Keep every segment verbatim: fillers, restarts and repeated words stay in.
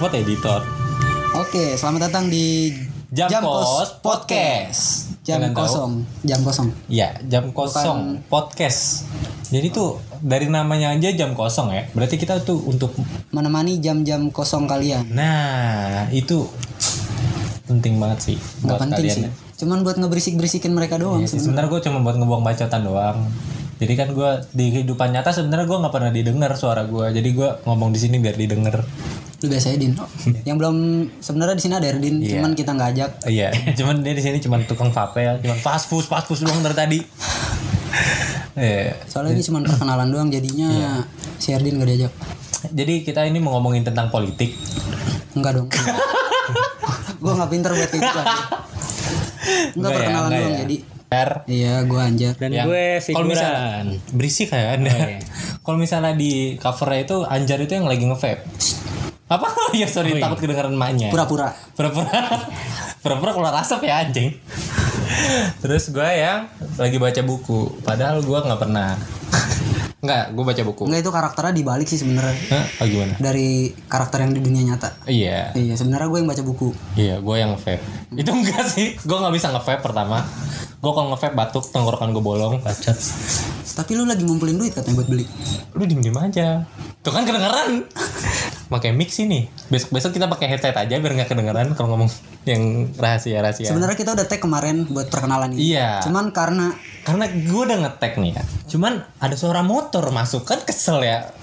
repot editor. Oke, selamat datang di Jam, Jam Kos Kos Podcast. Podcast. Jam Kalian tahu? kosong, jam kosong. Iya, jam kosong podcast. Jadi tuh dari namanya aja jam kosong ya. Berarti kita tuh untuk Menemani jam-jam kosong kalian. nah itu penting banget sih Nggak buat penting kalian. sih. Cuman buat ngeberisik-berisikin mereka doang. Iya sih, sebenarnya. sebenarnya gue cuma buat ngebuang bacotan doang. Jadi kan gue di kehidupan nyata sebenarnya gue nggak pernah didengar suara gue. Jadi gue ngomong di sini biar didengar. Lu biasa ya, Din. Yang belum sebenarnya di sini ada Erdin, Iya. cuman kita nggak ajak. Iya, cuman dia di sini cuma tukang vape ya, cuma fast food, fast food doang dari tadi. Iya. Soalnya ini cuma perkenalan doang, jadinya si Erdin nggak diajak. Jadi kita ini mau ngomongin tentang politik. Enggak dong. Gue nggak pinter buat kayak gitu. Enggak, Enggak ya, perkenalan enggak doang ya. jadi. R. Iya, gue Anjar. Dan Yang- gue kalau misalnya figuran. berisik kayak Anda. Oh, iya. Kalau misalnya di covernya itu Anjar itu yang lagi nge-vape. Apa? Ya sorry, Oh, iya. takut kedengeran emaknya. Pura-pura. Pura-pura. Pura-pura keluar asap ya anjing. Terus gue yang lagi baca buku. Padahal gue nggak pernah. Nggak, gue baca buku. Enggak, itu karakternya dibalik sih sebenarnya. Hah? Oh, gimana? Dari karakter yang di dunia nyata. Iya. Iya, sebenarnya gue yang baca buku. Iya, gue yang nge-vape. Itu enggak sih. Gue nggak bisa nge-vape pertama. Gue kalau nge-vape batuk, tenggorokan gue bolong. Bacot. Tapi lu lagi ngumpulin duit katanya buat beli. Lu diem-diem aja. Tuh kan kedengeran. Pakai mic sih nih. Besok-besok kita pakai headset aja biar nggak kedengeran kalau ngomong yang rahasia-rahasia. Sebenarnya kita udah tag kemarin buat perkenalan ini. Iya. Cuman karena Karena gue udah nge-tag nih ya. Cuman ada suara motor masuk kan kesel ya.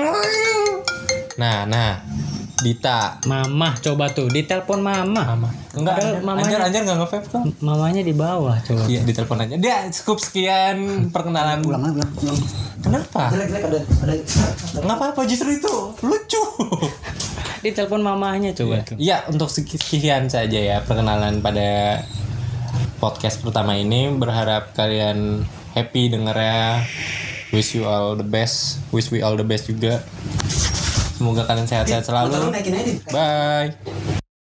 Nah, nah. Dita. Mama coba tuh ditelepon mama. Mama. Enggak, Padahal Anjar, mamanya- Anjar, Anjar nggak nge-vape kok. Mamanya di bawah coba. Iya, ditelepon aja. Dia cukup sekian perkenalan. ulang ulang ulang. Kenapa? Jelek-jelek ada ada. Nggak apa-apa, justru itu lucu. Ditelepon mamanya coba tuh. Iya, untuk sekian saja ya perkenalan pada podcast pertama ini. Berharap kalian happy dengernya. Wish you all the best. Wish we all the best juga. Semoga kalian sehat-sehat selalu. Naikin aja, Din. Bye.